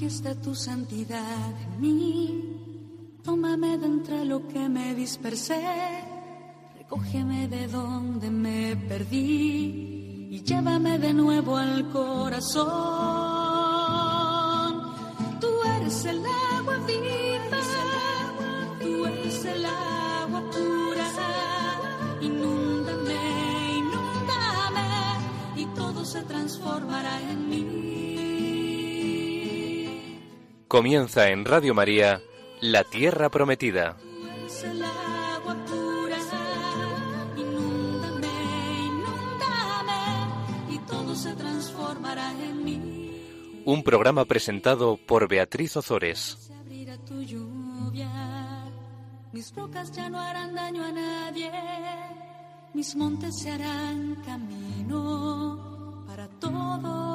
está tu santidad en mí. Tómame de entre lo que me dispersé, recógeme de donde me perdí y llévame de nuevo al corazón. Tú eres el agua viva, tú eres el agua pura. Inúndame, inúndame y todo se transformará en mí. Comienza en Radio María, La Tierra Prometida. Tú eres el agua pura. Inúndame, inúndame y todo se transformará en mí. Un programa presentado por Beatriz Ozores. Se abrirá tu lluvia, mis rocas ya no harán daño a nadie, mis montes se harán camino para todos.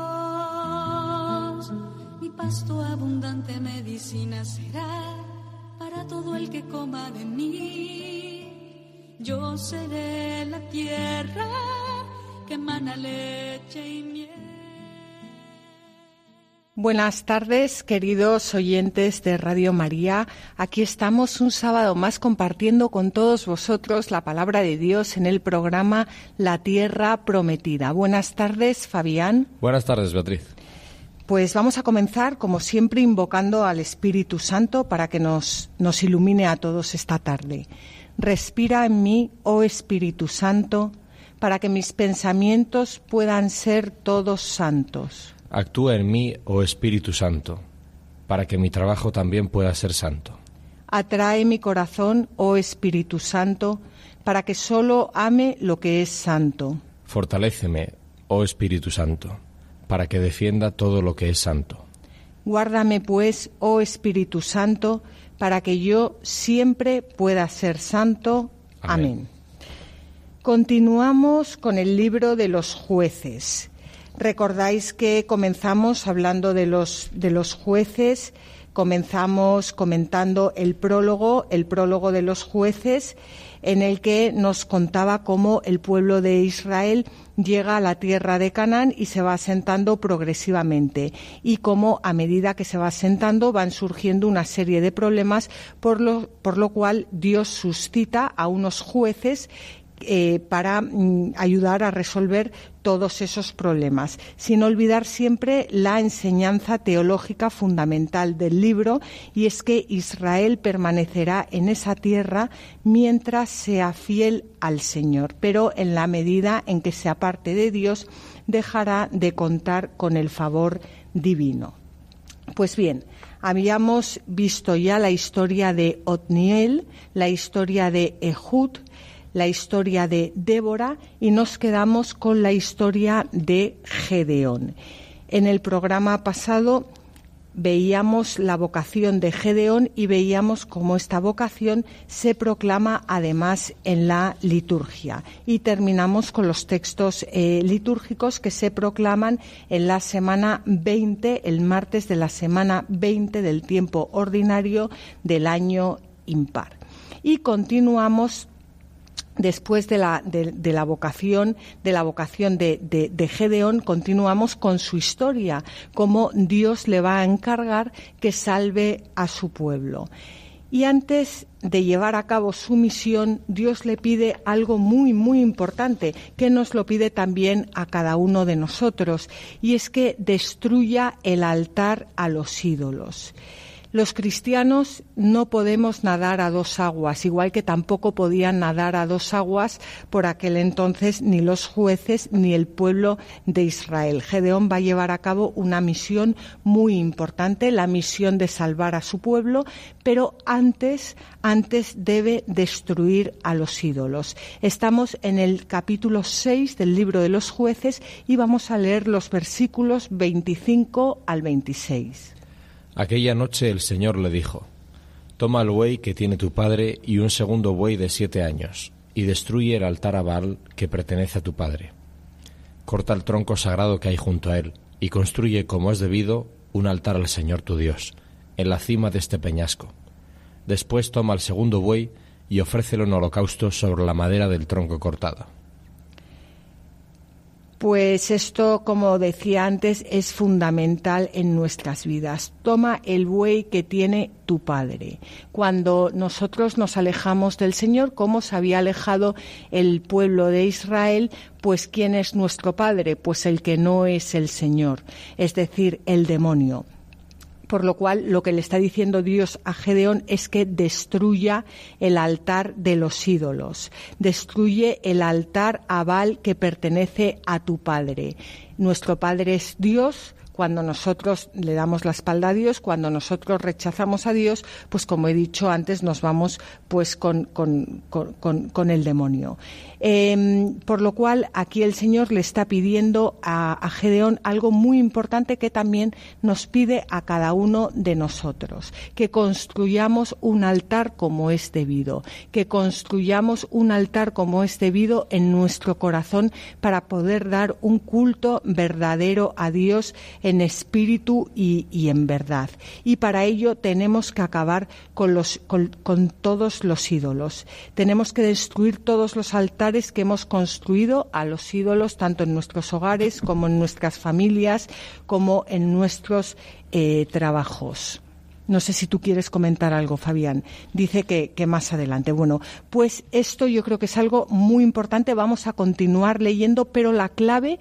Mi pasto abundante medicina será para todo el que coma de mí. Yo seré la tierra que emana leche y miel. Buenas tardes, queridos oyentes de Radio María. Aquí estamos un sábado más compartiendo con todos vosotros la palabra de Dios en el programa La Tierra Prometida. Buenas tardes, Fabián. Buenas tardes, Beatriz. Pues vamos a comenzar, como siempre, invocando al Espíritu Santo para que nos ilumine a todos esta tarde. Respira en mí, oh Espíritu Santo, para que mis pensamientos puedan ser todos santos. Actúa en mí, oh Espíritu Santo, para que mi trabajo también pueda ser santo. Atrae mi corazón, oh Espíritu Santo, para que solo ame lo que es santo. Fortaléceme, oh Espíritu Santo, para que defienda todo lo que es santo. Guárdame, pues, oh Espíritu Santo, para que yo siempre pueda ser santo. Amén. Continuamos con el libro de los jueces. Recordáis que comenzamos hablando de los jueces, comenzamos comentando el prólogo de los jueces, en el que nos contaba cómo el pueblo de Israel llega a la tierra de Canaán y se va asentando progresivamente, y cómo a medida que se va asentando van surgiendo una serie de problemas, por lo cual Dios suscita a unos jueces para ayudar a resolver todos esos problemas, sin olvidar siempre la enseñanza teológica fundamental del libro, y es que Israel permanecerá en esa tierra mientras sea fiel al Señor, pero en la medida en que se aparte de Dios dejará de contar con el favor divino. Pues bien, habíamos visto ya la historia de Otniel, la historia de Ehud, la historia de Débora, y nos quedamos con la historia de Gedeón. En el programa pasado veíamos la vocación de Gedeón y veíamos cómo esta vocación se proclama además en la liturgia. Y terminamos con los textos litúrgicos que se proclaman en la semana 20, el martes de la semana 20 del tiempo ordinario del año impar. Y continuamos. Después de la vocación de Gedeón, continuamos con su historia, cómo Dios le va a encargar que salve a su pueblo. Y antes de llevar a cabo su misión, Dios le pide algo muy, muy importante, que nos lo pide también a cada uno de nosotros, y es que destruya el altar a los ídolos. Los cristianos no podemos nadar a dos aguas, igual que tampoco podían nadar a dos aguas por aquel entonces ni los jueces ni el pueblo de Israel. Gedeón va a llevar a cabo una misión muy importante, la misión de salvar a su pueblo, pero antes debe destruir a los ídolos. Estamos en el capítulo 6 del libro de los jueces y vamos a leer los versículos 25 al 26. Aquella noche el Señor le dijo: Toma el buey que tiene tu padre y un segundo buey de 7 años, y destruye el altar a Baal que pertenece a tu padre. Corta el tronco sagrado que hay junto a él, y construye como es debido un altar al Señor tu Dios, en la cima de este peñasco. Después toma el segundo buey y ofrécelo en holocausto sobre la madera del tronco cortado. Pues esto, como decía antes, es fundamental en nuestras vidas. Toma el buey que tiene tu padre. Cuando nosotros nos alejamos del Señor, como se había alejado el pueblo de Israel, pues ¿quién es nuestro padre? Pues el que no es el Señor, es decir, el demonio. Por lo cual, lo que le está diciendo Dios a Gedeón es que destruya el altar de los ídolos, destruye el altar a Baal que pertenece a tu padre. Nuestro padre es Dios. Cuando nosotros le damos la espalda a Dios, cuando nosotros rechazamos a Dios, pues como he dicho antes, nos vamos pues con el demonio. Por lo cual, aquí el Señor le está pidiendo a Gedeón algo muy importante que también nos pide a cada uno de nosotros, que construyamos un altar como es debido, que construyamos un altar como es debido en nuestro corazón para poder dar un culto verdadero a Dios en espíritu y en verdad. Y para ello tenemos que acabar con todos los ídolos. Tenemos que destruir todos los altares que hemos construido a los ídolos, tanto en nuestros hogares como en nuestras familias, como en nuestros trabajos. No sé si tú quieres comentar algo, Fabián. Dice que más adelante. Bueno, pues esto yo creo que es algo muy importante. Vamos a continuar leyendo, pero la clave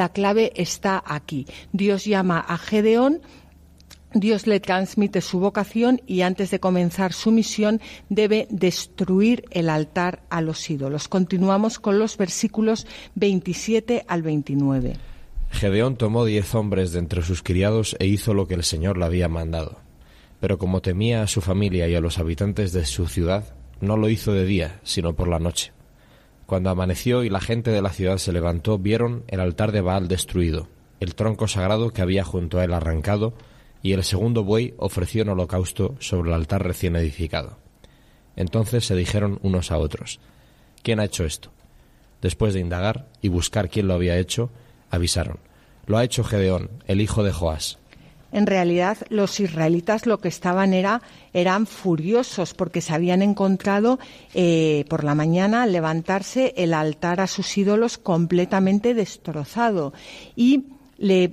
está aquí. Dios llama a Gedeón, Dios le transmite su vocación y antes de comenzar su misión debe destruir el altar a los ídolos. Continuamos con los versículos 27 al 29. Gedeón tomó 10 hombres de entre sus criados e hizo lo que el Señor le había mandado. Pero como temía a su familia y a los habitantes de su ciudad, no lo hizo de día, sino por la noche. Cuando amaneció y la gente de la ciudad se levantó, vieron el altar de Baal destruido, el tronco sagrado que había junto a él arrancado, y el segundo buey ofreció en holocausto sobre el altar recién edificado. Entonces se dijeron unos a otros: ¿Quién ha hecho esto? Después de indagar y buscar quién lo había hecho, avisaron: Lo ha hecho Gedeón, el hijo de Joás. En realidad, los israelitas lo que estaban eran furiosos porque se habían encontrado por la mañana al levantarse el altar a sus ídolos completamente destrozado y le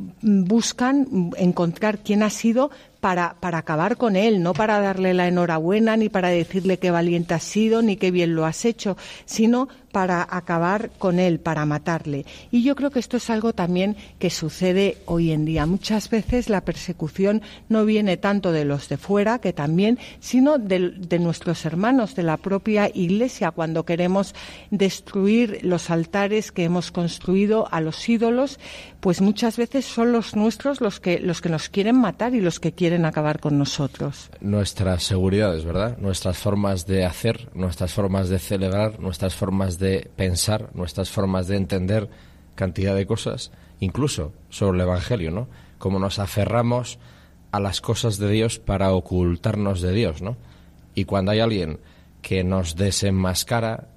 buscan encontrar quién ha sido para acabar con él, no para darle la enhorabuena, ni para decirle qué valiente has sido, ni qué bien lo has hecho, sino para acabar con él, para matarle. Y yo creo que esto es algo también que sucede hoy en día. Muchas veces la persecución no viene tanto de los de fuera, que también, sino de nuestros hermanos, de la propia Iglesia, cuando queremos destruir los altares que hemos construido a los ídolos, pues muchas veces son los nuestros los que nos quieren matar y los que quieren acabar con nosotros. Nuestras seguridades, ¿verdad? Nuestras formas de hacer, nuestras formas de celebrar, nuestras formas de pensar, nuestras formas de entender cantidad de cosas, incluso sobre el Evangelio, ¿no? Como nos aferramos a las cosas de Dios para ocultarnos de Dios, ¿no? Y cuando hay alguien que nos desenmascara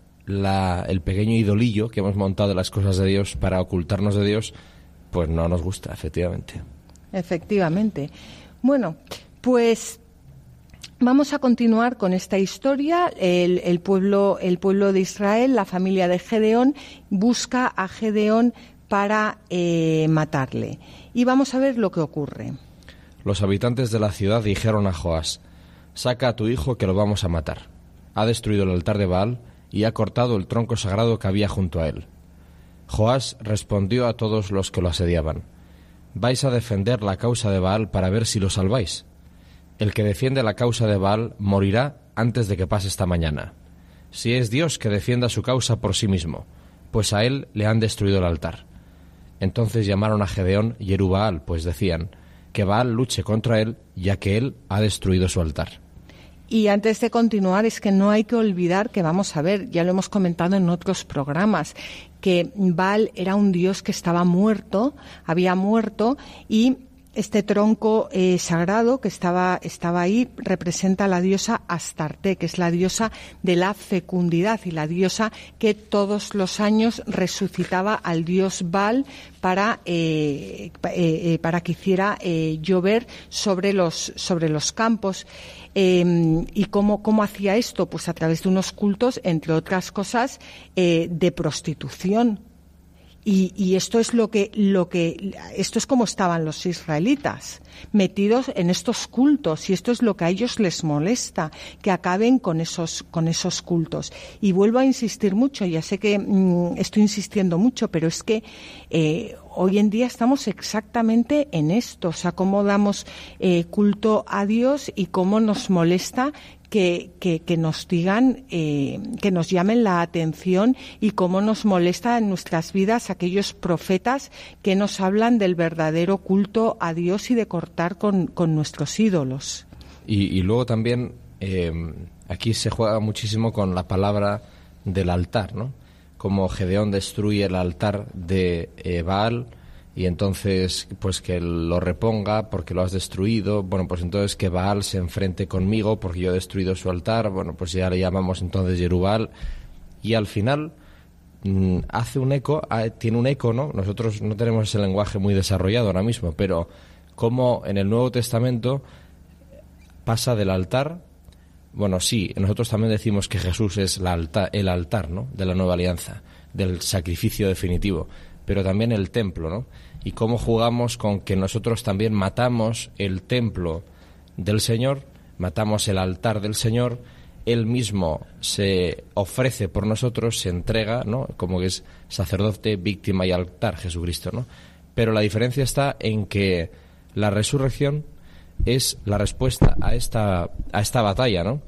el pequeño idolillo que hemos montado de las cosas de Dios para ocultarnos de Dios, pues no nos gusta, efectivamente. Efectivamente. Bueno, pues vamos a continuar con esta historia. El pueblo de Israel, la familia de Gedeón, busca a Gedeón para matarle. Y vamos a ver lo que ocurre. Los habitantes de la ciudad dijeron a Joás: Saca a tu hijo que lo vamos a matar. Ha destruido el altar de Baal y ha cortado el tronco sagrado que había junto a él. Joás respondió a todos los que lo asediaban: ¿Vais a defender la causa de Baal para ver si lo salváis? El que defiende la causa de Baal morirá antes de que pase esta mañana. Si es Dios que defienda su causa por sí mismo, pues a él le han destruido el altar. Entonces llamaron a Gedeón Yerubbaal, pues decían: que Baal luche contra él, ya que él ha destruido su altar. Y antes de continuar, es que no hay que olvidar que, vamos a ver, ya lo hemos comentado en otros programas, que Baal era un dios que estaba muerto, había muerto, y este tronco sagrado que estaba ahí representa a la diosa Astarte, que es la diosa de la fecundidad y la diosa que todos los años resucitaba al dios Baal para que hiciera llover sobre los campos. ¿Y cómo hacía esto? Pues a través de unos cultos, entre otras cosas, de prostitución. Y esto es esto es como estaban los israelitas, metidos en estos cultos, y esto es lo que a ellos les molesta, que acaben con esos cultos. Y vuelvo a insistir mucho, ya sé que estoy insistiendo mucho, pero es que hoy en día estamos exactamente en esto, o sea, cómo damos culto a Dios y cómo nos molesta que nos digan, que nos llamen la atención, y cómo nos molesta en nuestras vidas aquellos profetas que nos hablan del verdadero culto a Dios y de cortar con nuestros ídolos. Y luego también aquí se juega muchísimo con la palabra del altar, ¿no? Como Gedeón destruye el altar de Baal, y entonces pues que lo reponga porque lo has destruido, bueno, pues entonces que Baal se enfrente conmigo porque yo he destruido su altar, bueno, pues ya le llamamos entonces Jerubbaal, y al final hace un eco, tiene un eco, ¿no? Nosotros no tenemos ese lenguaje muy desarrollado ahora mismo, pero como en el Nuevo Testamento pasa del altar, bueno, sí, nosotros también decimos que Jesús es el altar, ¿no?, de la nueva alianza, del sacrificio definitivo, pero también el templo, ¿no? Y cómo jugamos con que nosotros también matamos el templo del Señor, matamos el altar del Señor, Él mismo se ofrece por nosotros, se entrega, ¿no?, como que es sacerdote, víctima y altar, Jesucristo, ¿no? Pero la diferencia está en que la resurrección es la respuesta a esta batalla, ¿no?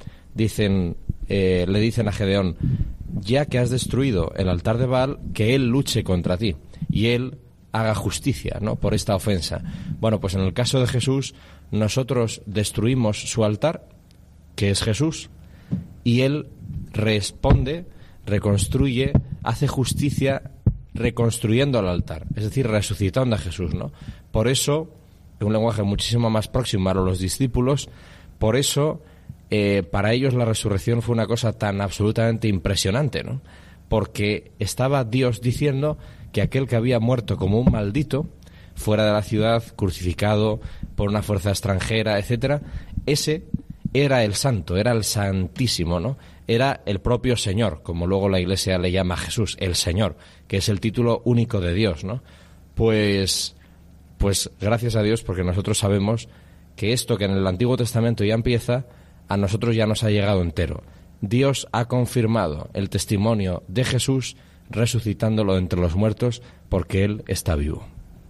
Le dicen a Gedeón, ya que has destruido el altar de Baal, que él luche contra ti y él haga justicia, ¿no?, por esta ofensa. Bueno, pues en el caso de Jesús, nosotros destruimos su altar, que es Jesús, y él responde, reconstruye, hace justicia reconstruyendo el altar, es decir, resucitando a Jesús, ¿no? Por eso, en un lenguaje muchísimo más próximo a los discípulos, por eso para ellos la resurrección fue una cosa tan absolutamente impresionante, ¿no? Porque estaba Dios diciendo que aquel que había muerto como un maldito, fuera de la ciudad, crucificado por una fuerza extranjera, etcétera, ese era el santo, era el santísimo, ¿no? Era el propio Señor, como luego la Iglesia le llama a Jesús, el Señor, que es el título único de Dios, ¿no? Pues gracias a Dios, porque nosotros sabemos que esto que en el Antiguo Testamento ya empieza, a nosotros ya nos ha llegado entero. Dios ha confirmado el testimonio de Jesús resucitándolo entre los muertos, porque Él está vivo.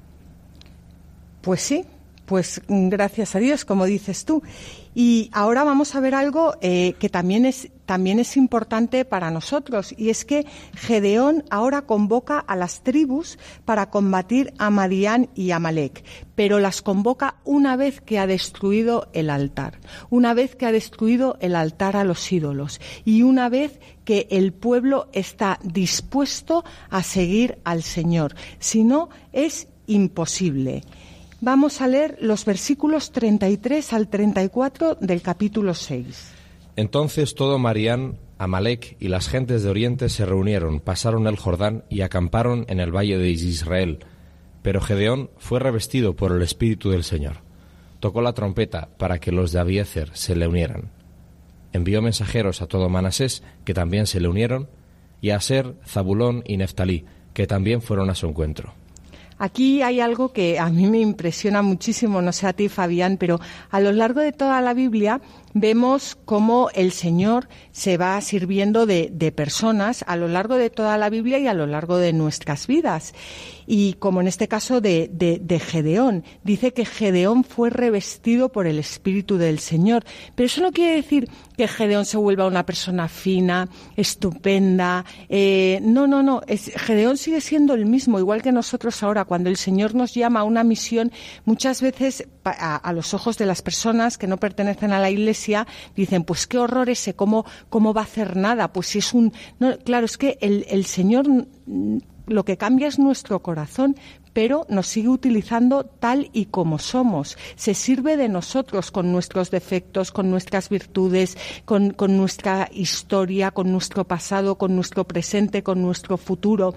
Pues sí, pues gracias a Dios, como dices tú. Y ahora vamos a ver algo que también es importante para nosotros, y es que Gedeón ahora convoca a las tribus para combatir a Madián y Amalec, pero las convoca una vez que ha destruido el altar, una vez que ha destruido el altar a los ídolos, y una vez que el pueblo está dispuesto a seguir al Señor. Si no, es imposible. Vamos a leer los versículos 33 al 34 del capítulo 6. Entonces todo Madián, Amalec y las gentes de Oriente se reunieron, pasaron el Jordán y acamparon en el valle de Israel. Pero Gedeón fue revestido por el Espíritu del Señor. Tocó la trompeta para que los de Abiezer se le unieran. Envió mensajeros a todo Manasés, que también se le unieron, y a Aser, Zabulón y Neftalí, que también fueron a su encuentro. Aquí hay algo que a mí me impresiona muchísimo, no sé a ti, Fabián, pero a lo largo de toda la Biblia vemos cómo el Señor se va sirviendo de personas a lo largo de toda la Biblia y a lo largo de nuestras vidas. Y como en este caso de Gedeón, dice que Gedeón fue revestido por el Espíritu del Señor. Pero eso no quiere decir que Gedeón se vuelva una persona fina, estupenda. No. Gedeón sigue siendo el mismo, igual que nosotros ahora. Cuando el Señor nos llama a una misión, muchas veces a los ojos de las personas que no pertenecen a la Iglesia, dicen, pues qué horror ese, ¿cómo va a hacer nada? Pues si es un... No, claro, es que el Señor lo que cambia es nuestro corazón, pero nos sigue utilizando tal y como somos. Se sirve de nosotros con nuestros defectos, con nuestras virtudes, con nuestra historia, con nuestro pasado, con nuestro presente, con nuestro futuro.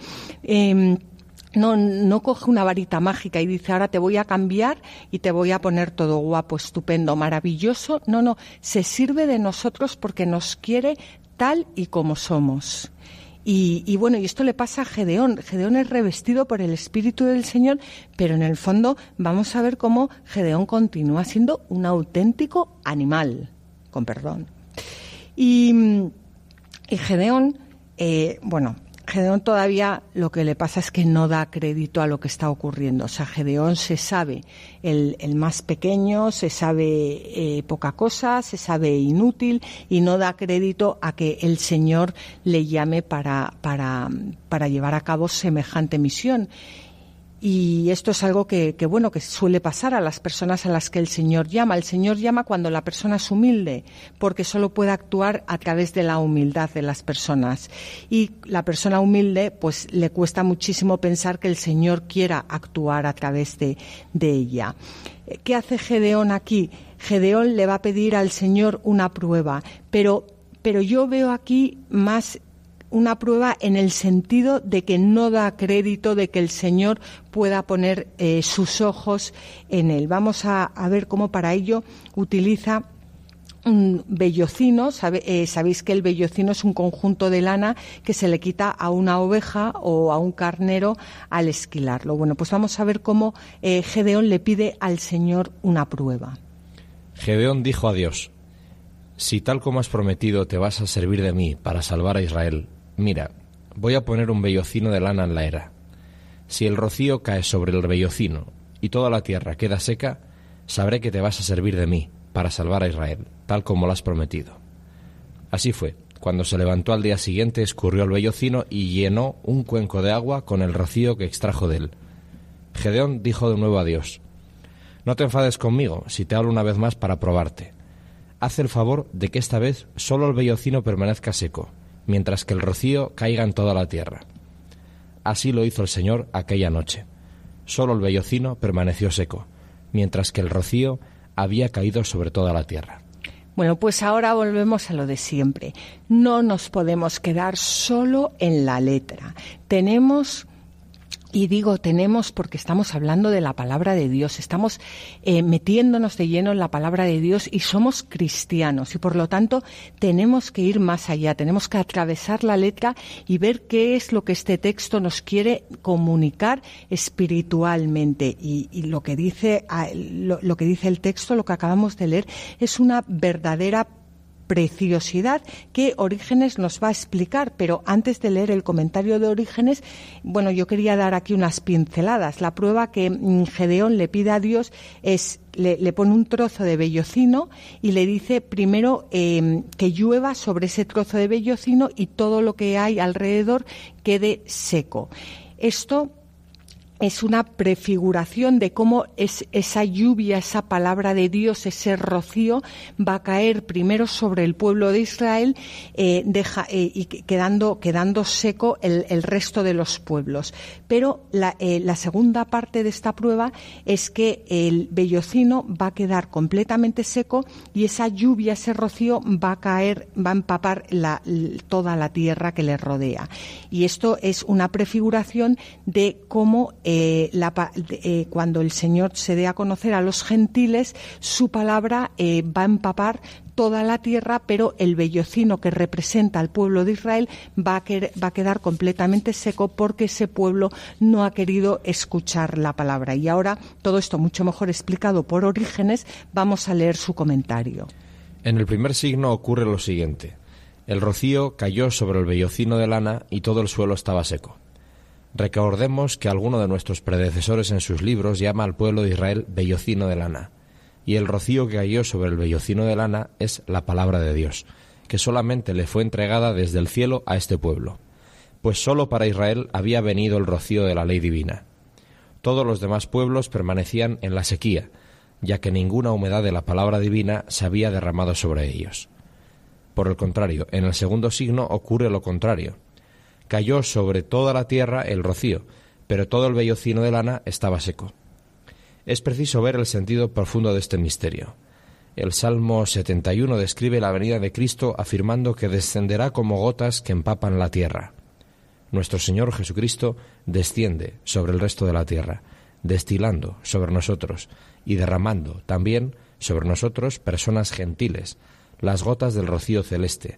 No coge una varita mágica y dice, ahora te voy a cambiar y te voy a poner todo guapo, estupendo, maravilloso. No, se sirve de nosotros porque nos quiere tal y como somos. Y bueno, y esto le pasa a Gedeón. Gedeón es revestido por el Espíritu del Señor, pero en el fondo vamos a ver cómo Gedeón continúa siendo un auténtico animal, con perdón. Y Gedeón, Gedeón todavía lo que le pasa es que no da crédito a lo que está ocurriendo. O sea, Gedeón se sabe el más pequeño, se sabe poca cosa, se sabe inútil y no da crédito a que el Señor le llame para llevar a cabo semejante misión. Y esto es algo que suele pasar a las personas a las que el Señor llama. El Señor llama cuando la persona es humilde, porque solo puede actuar a través de la humildad de las personas. Y la persona humilde, pues le cuesta muchísimo pensar que el Señor quiera actuar a través de ella. ¿Qué hace Gedeón aquí? Gedeón le va a pedir al Señor una prueba, pero yo veo aquí más una prueba en el sentido de que no da crédito de que el Señor pueda poner sus ojos en él. Vamos a ver cómo para ello utiliza un vellocino. Sabéis que el vellocino es un conjunto de lana que se le quita a una oveja o a un carnero al esquilarlo. Bueno, pues vamos a ver cómo Gedeón le pide al Señor una prueba. Gedeón dijo a Dios: si tal como has prometido te vas a servir de mí para salvar a Israel, mira, voy a poner un vellocino de lana en la era. Si el rocío cae sobre el vellocino y toda la tierra queda seca, sabré que te vas a servir de mí para salvar a Israel, tal como lo has prometido. Así fue. Cuando se levantó al día siguiente, escurrió el vellocino y llenó un cuenco de agua con el rocío que extrajo de él. Gedeón dijo de nuevo a Dios: no te enfades conmigo si te hablo una vez más para probarte. Haz el favor de que esta vez solo el vellocino permanezca seco, mientras que el rocío caiga en toda la tierra. Así lo hizo el Señor aquella noche. Solo el vellocino permaneció seco, mientras que el rocío había caído sobre toda la tierra. Bueno, pues ahora volvemos a lo de siempre. No nos podemos quedar solo en la letra. Tenemos porque estamos hablando de la palabra de Dios, estamos metiéndonos de lleno en la palabra de Dios y somos cristianos y por lo tanto tenemos que ir más allá, tenemos que atravesar la letra y ver qué es lo que este texto nos quiere comunicar espiritualmente y lo que dice el texto, lo que acabamos de leer, es una verdadera preciosidad que Orígenes nos va a explicar, pero antes de leer el comentario de Orígenes, bueno, yo quería dar aquí unas pinceladas. La prueba que Gedeón le pide a Dios es, le pone un trozo de vellocino y le dice primero que llueva sobre ese trozo de vellocino y todo lo que hay alrededor quede seco. Esto es una prefiguración de cómo es esa lluvia, esa palabra de Dios, ese rocío va a caer primero sobre el pueblo de Israel y quedando seco el resto de los pueblos. Pero la segunda parte de esta prueba es que el vellocino va a quedar completamente seco y esa lluvia, ese rocío va a empapar toda la tierra que le rodea. Y esto es una prefiguración de cómo cuando el Señor se dé a conocer a los gentiles, su palabra va a empapar toda la tierra, pero el vellocino que representa al pueblo de Israel va a quedar completamente seco porque ese pueblo no ha querido escuchar la palabra. Y ahora, todo esto mucho mejor explicado por Orígenes, vamos a leer su comentario. En el primer signo ocurre lo siguiente: el rocío cayó sobre el vellocino de lana y todo el suelo estaba seco. Recordemos que alguno de nuestros predecesores en sus libros llama al pueblo de Israel vellocino de lana, y el rocío que cayó sobre el vellocino de lana es la palabra de Dios, que solamente le fue entregada desde el cielo a este pueblo, pues solo para Israel había venido el rocío de la ley divina. Todos los demás pueblos permanecían en la sequía, ya que ninguna humedad de la palabra divina se había derramado sobre ellos. Por el contrario, en el segundo signo ocurre lo contrario. Cayó sobre toda la tierra el rocío, pero todo el vellocino de lana estaba seco. Es preciso ver el sentido profundo de este misterio. El Salmo 71 describe la venida de Cristo afirmando que descenderá como gotas que empapan la tierra. Nuestro Señor Jesucristo desciende sobre el resto de la tierra, destilando sobre nosotros y derramando también sobre nosotros, personas gentiles, las gotas del rocío celeste,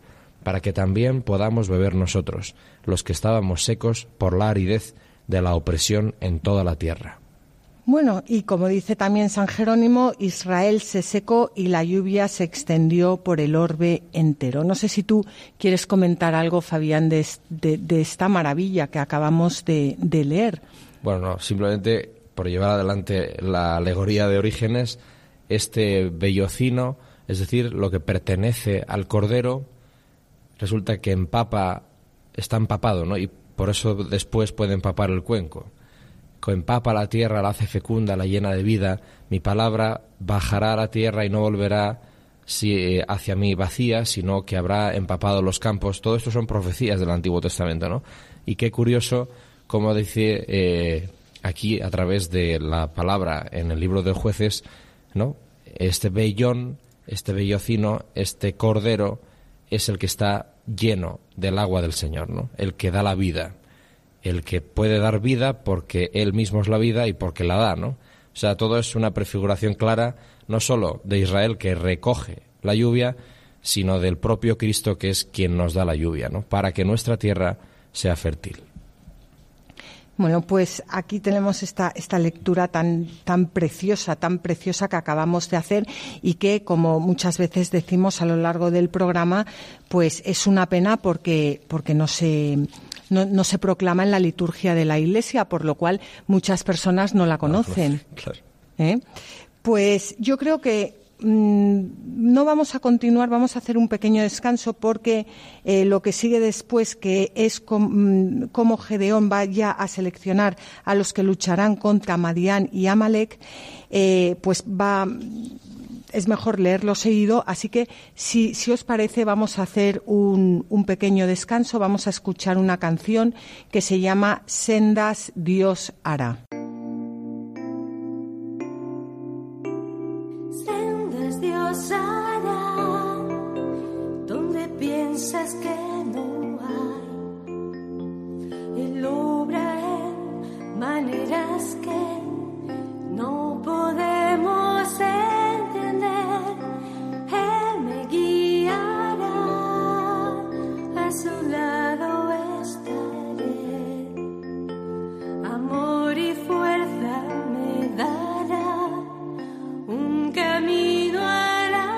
para que también podamos beber nosotros, los que estábamos secos por la aridez de la opresión en toda la tierra. Bueno, y como dice también San Jerónimo, Israel se secó y la lluvia se extendió por el orbe entero. No sé si tú quieres comentar algo, Fabián, de esta maravilla que acabamos de leer. Bueno, no, simplemente por llevar adelante la alegoría de Orígenes, este vellocino, es decir, lo que pertenece al Cordero, resulta que está empapado, ¿no? Y por eso después puede empapar el cuenco. Empapa la tierra, la hace fecunda, la llena de vida. Mi palabra bajará a la tierra y no volverá hacia mí vacía, sino que habrá empapado los campos. Todo esto son profecías del Antiguo Testamento, ¿no? Y qué curioso, como dice aquí a través de la palabra en el libro de Jueces, ¿no? Este vellón, este vellocino, este cordero es el que está lleno del agua del Señor, ¿no? El que da la vida. El que puede dar vida porque Él mismo es la vida y porque la da, ¿no? O sea, todo es una prefiguración clara, no solo de Israel que recoge la lluvia, sino del propio Cristo que es quien nos da la lluvia, ¿no? Para que nuestra tierra sea fértil. Bueno, pues aquí tenemos esta lectura tan preciosa que acabamos de hacer y que, como muchas veces decimos a lo largo del programa, pues es una pena porque no se proclama en la liturgia de la Iglesia, por lo cual muchas personas no la conocen. Claro. Pues yo creo que no vamos a continuar, vamos a hacer un pequeño descanso porque lo que sigue después, que es cómo Gedeón va ya a seleccionar a los que lucharán contra Madián y Amalek, es mejor leerlo seguido, así que si os parece vamos a hacer un pequeño descanso, vamos a escuchar una canción que se llama Sendas Dios hará. Sendas Dios hará, donde piensas que no hay. Él obra en maneras que no podemos entender. Él me guiará, a su lado estaré. Amor y fuerza me dará, un camino hará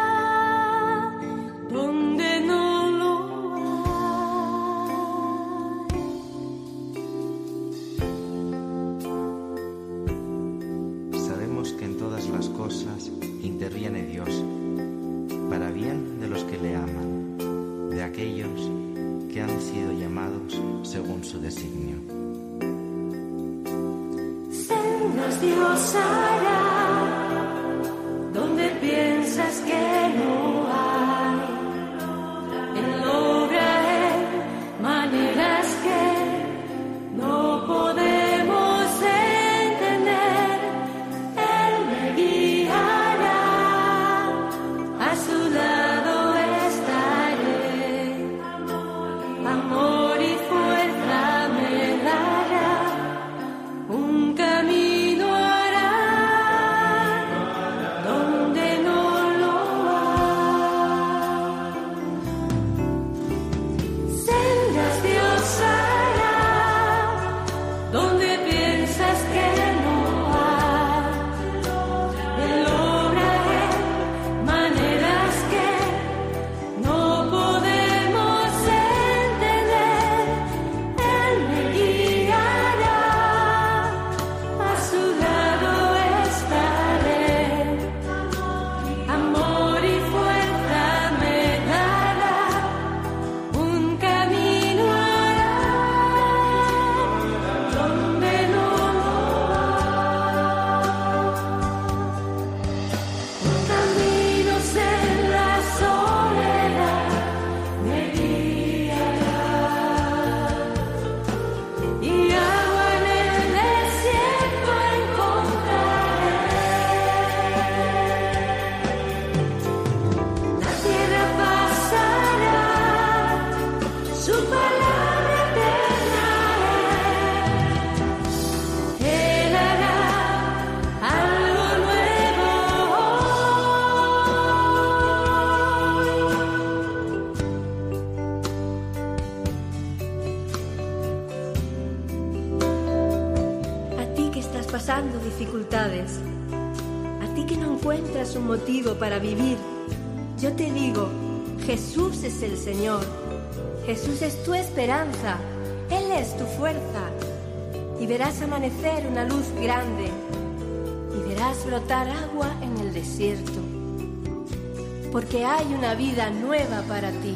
donde no lo hay. Sabemos que en todas las cosas interviene Dios, para bien de los que le aman, de aquellos que han sido llamados según su designio. Sendas Dios hará, donde piensas que no hay. Él obra en maneras que no podemos entender. Él me guiará, a su lado estaré. Amor y fuerza me dará, un camino hará pasando dificultades, a ti que no encuentras un motivo para vivir, yo te digo, Jesús es el Señor. Jesús es tu esperanza, Él es tu fuerza. Y verás amanecer una luz grande, y verás brotar agua en el desierto, porque hay una vida nueva para ti.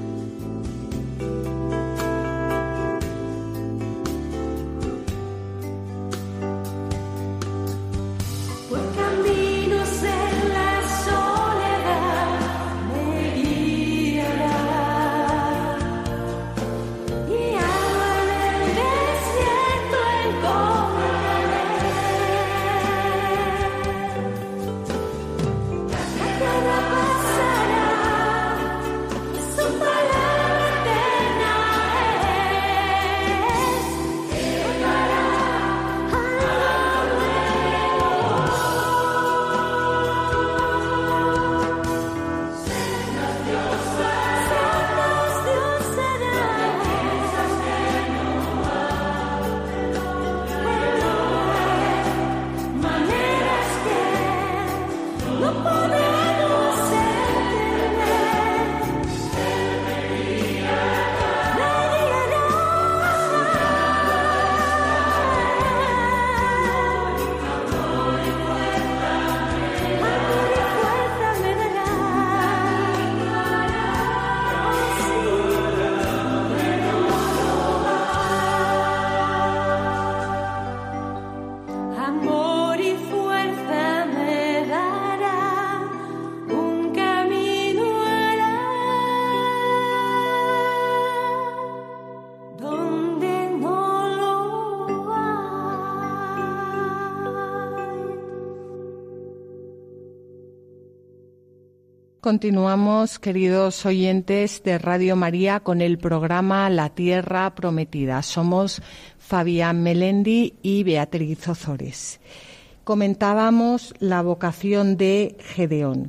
Continuamos, queridos oyentes de Radio María, con el programa La Tierra Prometida. Somos Fabián Melendi y Beatriz Ozores. Comentábamos la vocación de Gedeón,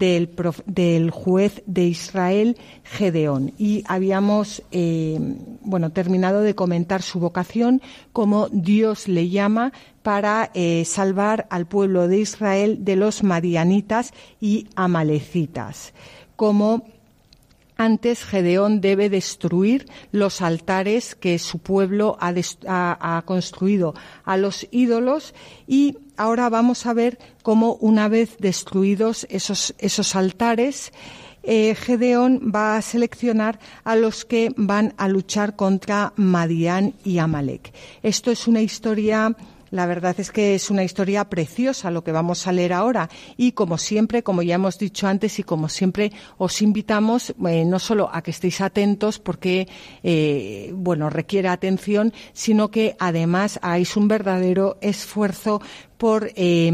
del juez de Israel Gedeón, y habíamos terminado de comentar su vocación, cómo Dios le llama para salvar al pueblo de Israel de los madianitas y amalecitas. Como antes Gedeón debe destruir los altares que su pueblo ha construido a los ídolos, y ahora vamos a ver cómo, una vez destruidos esos altares, Gedeón va a seleccionar a los que van a luchar contra Madián y Amalec. Esto es una historia... La verdad es que es una historia preciosa lo que vamos a leer ahora, y como siempre, como ya hemos dicho antes, y como siempre os invitamos no solo a que estéis atentos porque requiere atención, sino que además hagáis un verdadero esfuerzo por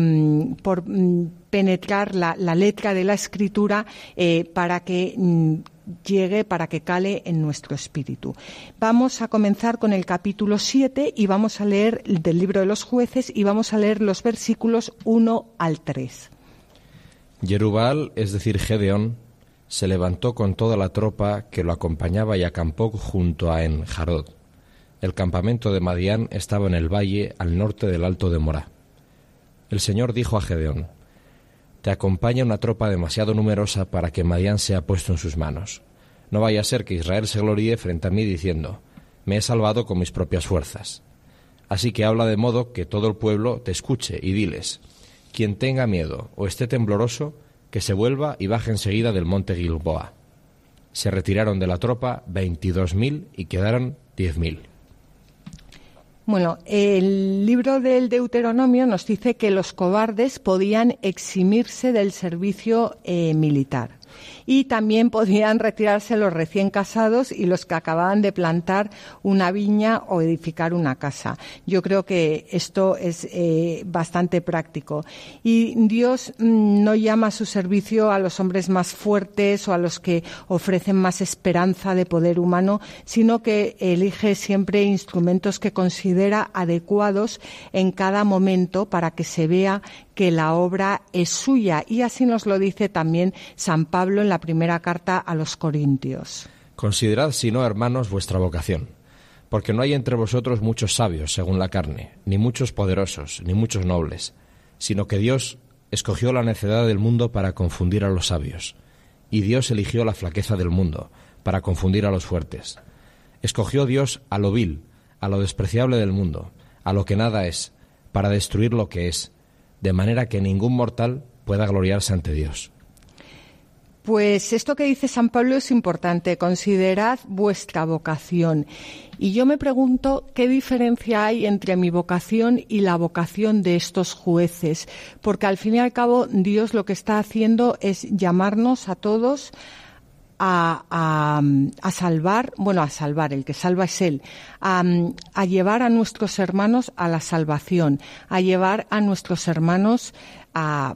penetrar la letra de la Escritura para que llegue, para que cale en nuestro espíritu. Vamos a comenzar con el capítulo 7 y vamos a leer del libro de los Jueces, y vamos a leer los versículos 1 al 3. Jerubbaal, es decir, Gedeón, se levantó con toda la tropa que lo acompañaba y acampó junto a En-Jarod. El campamento de Madián estaba en el valle al norte del alto de Morá. El Señor dijo a Gedeón: te acompaña una tropa demasiado numerosa para que Madián sea puesto en sus manos. No vaya a ser que Israel se gloríe frente a mí diciendo: me he salvado con mis propias fuerzas. Así que habla de modo que todo el pueblo te escuche y diles: quien tenga miedo o esté tembloroso, que se vuelva y baje enseguida del monte Gilboa. Se retiraron de la tropa 22.000 y quedaron 10.000. Bueno, el libro del Deuteronomio nos dice que los cobardes podían eximirse del servicio militar, y también podían retirarse los recién casados y los que acababan de plantar una viña o edificar una casa. Yo creo que esto es bastante práctico. Y Dios no llama a su servicio a los hombres más fuertes o a los que ofrecen más esperanza de poder humano, sino que elige siempre instrumentos que considera adecuados en cada momento para que se vea que la obra es suya, y así nos lo dice también San Pablo en la primera carta a los Corintios. Considerad, si no, hermanos, vuestra vocación, Porque no hay entre vosotros muchos sabios, según la carne, ni muchos poderosos, ni muchos nobles, sino que Dios escogió la necedad del mundo para confundir a los sabios, y Dios eligió la flaqueza del mundo para confundir a los fuertes. Escogió Dios a lo vil, a lo despreciable del mundo, a lo que nada es, para destruir lo que es, de manera que ningún mortal pueda gloriarse ante Dios. Pues esto que dice San Pablo es importante. Considerad vuestra vocación. Y yo me pregunto qué diferencia hay entre mi vocación y la vocación de estos jueces. Porque al fin y al cabo Dios lo que está haciendo es llamarnos a todos a salvar, el que salva es Él, a llevar a nuestros hermanos a la salvación, a llevar a nuestros hermanos a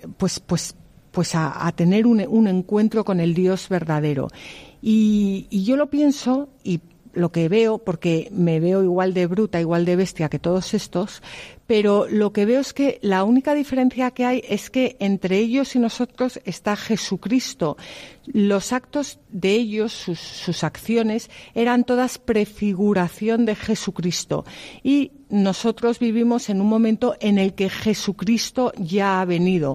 tener un encuentro con el Dios verdadero. Y yo lo pienso y lo que veo, porque me veo igual de bruta, igual de bestia que todos estos, pero lo que veo es que la única diferencia que hay es que entre ellos y nosotros está Jesucristo. Los actos de ellos, sus acciones, eran todas prefiguración de Jesucristo. Y nosotros vivimos en un momento en el que Jesucristo ya ha venido.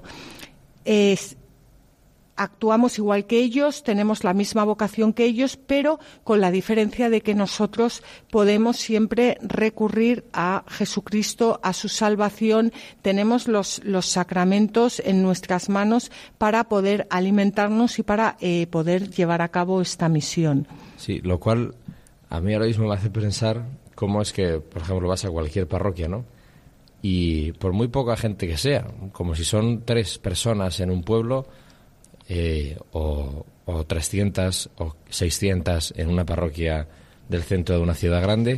Actuamos igual que ellos, tenemos la misma vocación que ellos, pero con la diferencia de que nosotros podemos siempre recurrir a Jesucristo, a su salvación. Tenemos los sacramentos en nuestras manos para poder alimentarnos y para poder llevar a cabo esta misión. Sí, lo cual a mí ahora mismo me hace pensar cómo es que, por ejemplo, vas a cualquier parroquia, ¿no? Y por muy poca gente que sea, como si son 3 personas en un pueblo, o 300 o 600 en una parroquia del centro de una ciudad grande,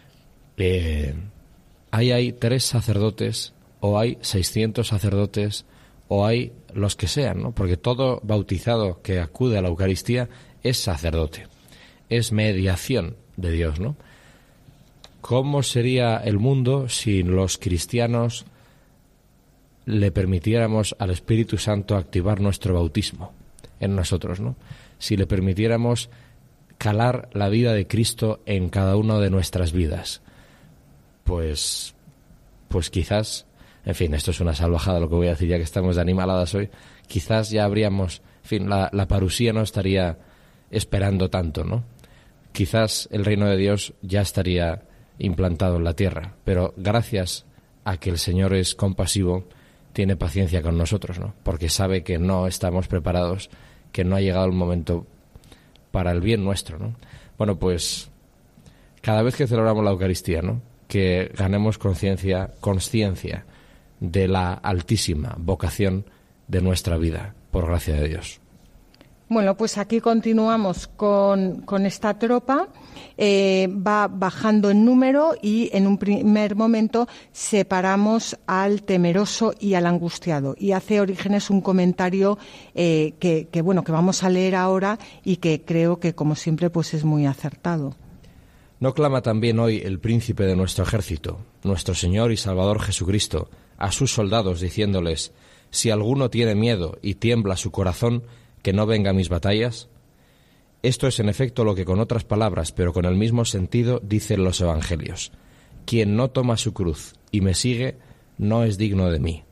hay 3 sacerdotes, o hay 600 sacerdotes, o hay los que sean, ¿no? Porque todo bautizado que acude a la Eucaristía es sacerdote, es mediación de Dios, ¿no? ¿Cómo sería el mundo si los cristianos le permitiéramos al Espíritu Santo activar nuestro bautismo en nosotros, ¿no? Si le permitiéramos calar la vida de Cristo en cada una de nuestras vidas, pues quizás, en fin, esto es una salvajada lo que voy a decir ya que estamos de animaladas hoy, quizás ya habríamos, en fin, la parusía no estaría esperando tanto, ¿no? Quizás el reino de Dios ya estaría implantado en la tierra, pero gracias a que el Señor es compasivo, tiene paciencia con nosotros, ¿no? Porque sabe que no estamos preparados, que no ha llegado el momento para el bien nuestro, ¿no? Bueno, pues cada vez que celebramos la Eucaristía, ¿no? Que ganemos consciencia de la altísima vocación de nuestra vida, por gracia de Dios. Bueno, pues aquí continuamos con esta tropa. Va bajando en número y en un primer momento separamos al temeroso y al angustiado. Y hace Orígenes un comentario que vamos a leer ahora y que creo que, como siempre, pues es muy acertado. ¿No clama también hoy el príncipe de nuestro ejército, nuestro Señor y Salvador Jesucristo, a sus soldados diciéndoles: si alguno tiene miedo y tiembla su corazón, que no venga a mis batallas? Esto es en efecto lo que con otras palabras, pero con el mismo sentido, dicen los evangelios: quien no toma su cruz y me sigue, no es digno de mí.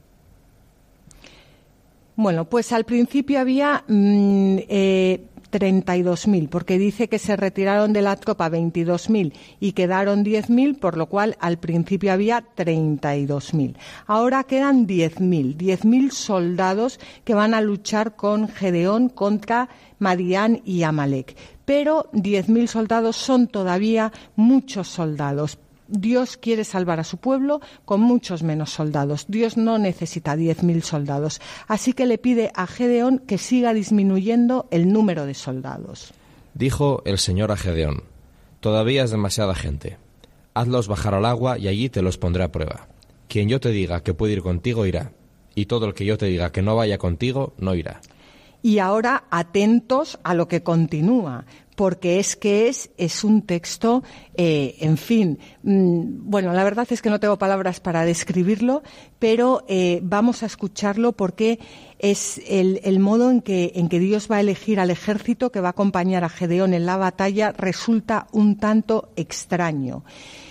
Bueno, pues al principio había 32.000, porque dice que se retiraron de la tropa 22.000 y quedaron 10.000, por lo cual al principio había 32.000. Ahora quedan 10.000 soldados que van a luchar con Gedeón contra Madián y Amalek. Pero 10.000 soldados son todavía muchos soldados. Dios quiere salvar a su pueblo con muchos menos soldados. Dios no necesita 10.000 soldados. Así que le pide a Gedeón que siga disminuyendo el número de soldados. Dijo el Señor a Gedeón: todavía es demasiada gente. Hazlos bajar al agua y allí te los pondré a prueba. Quien yo te diga que puede ir contigo, irá. Y todo el que yo te diga que no vaya contigo, no irá. Y ahora atentos a lo que continúa, porque es un texto, en fin, bueno, la verdad es que no tengo palabras para describirlo, pero vamos a escucharlo porque es el modo en que Dios va a elegir al ejército que va a acompañar a Gedeón en la batalla resulta un tanto extraño.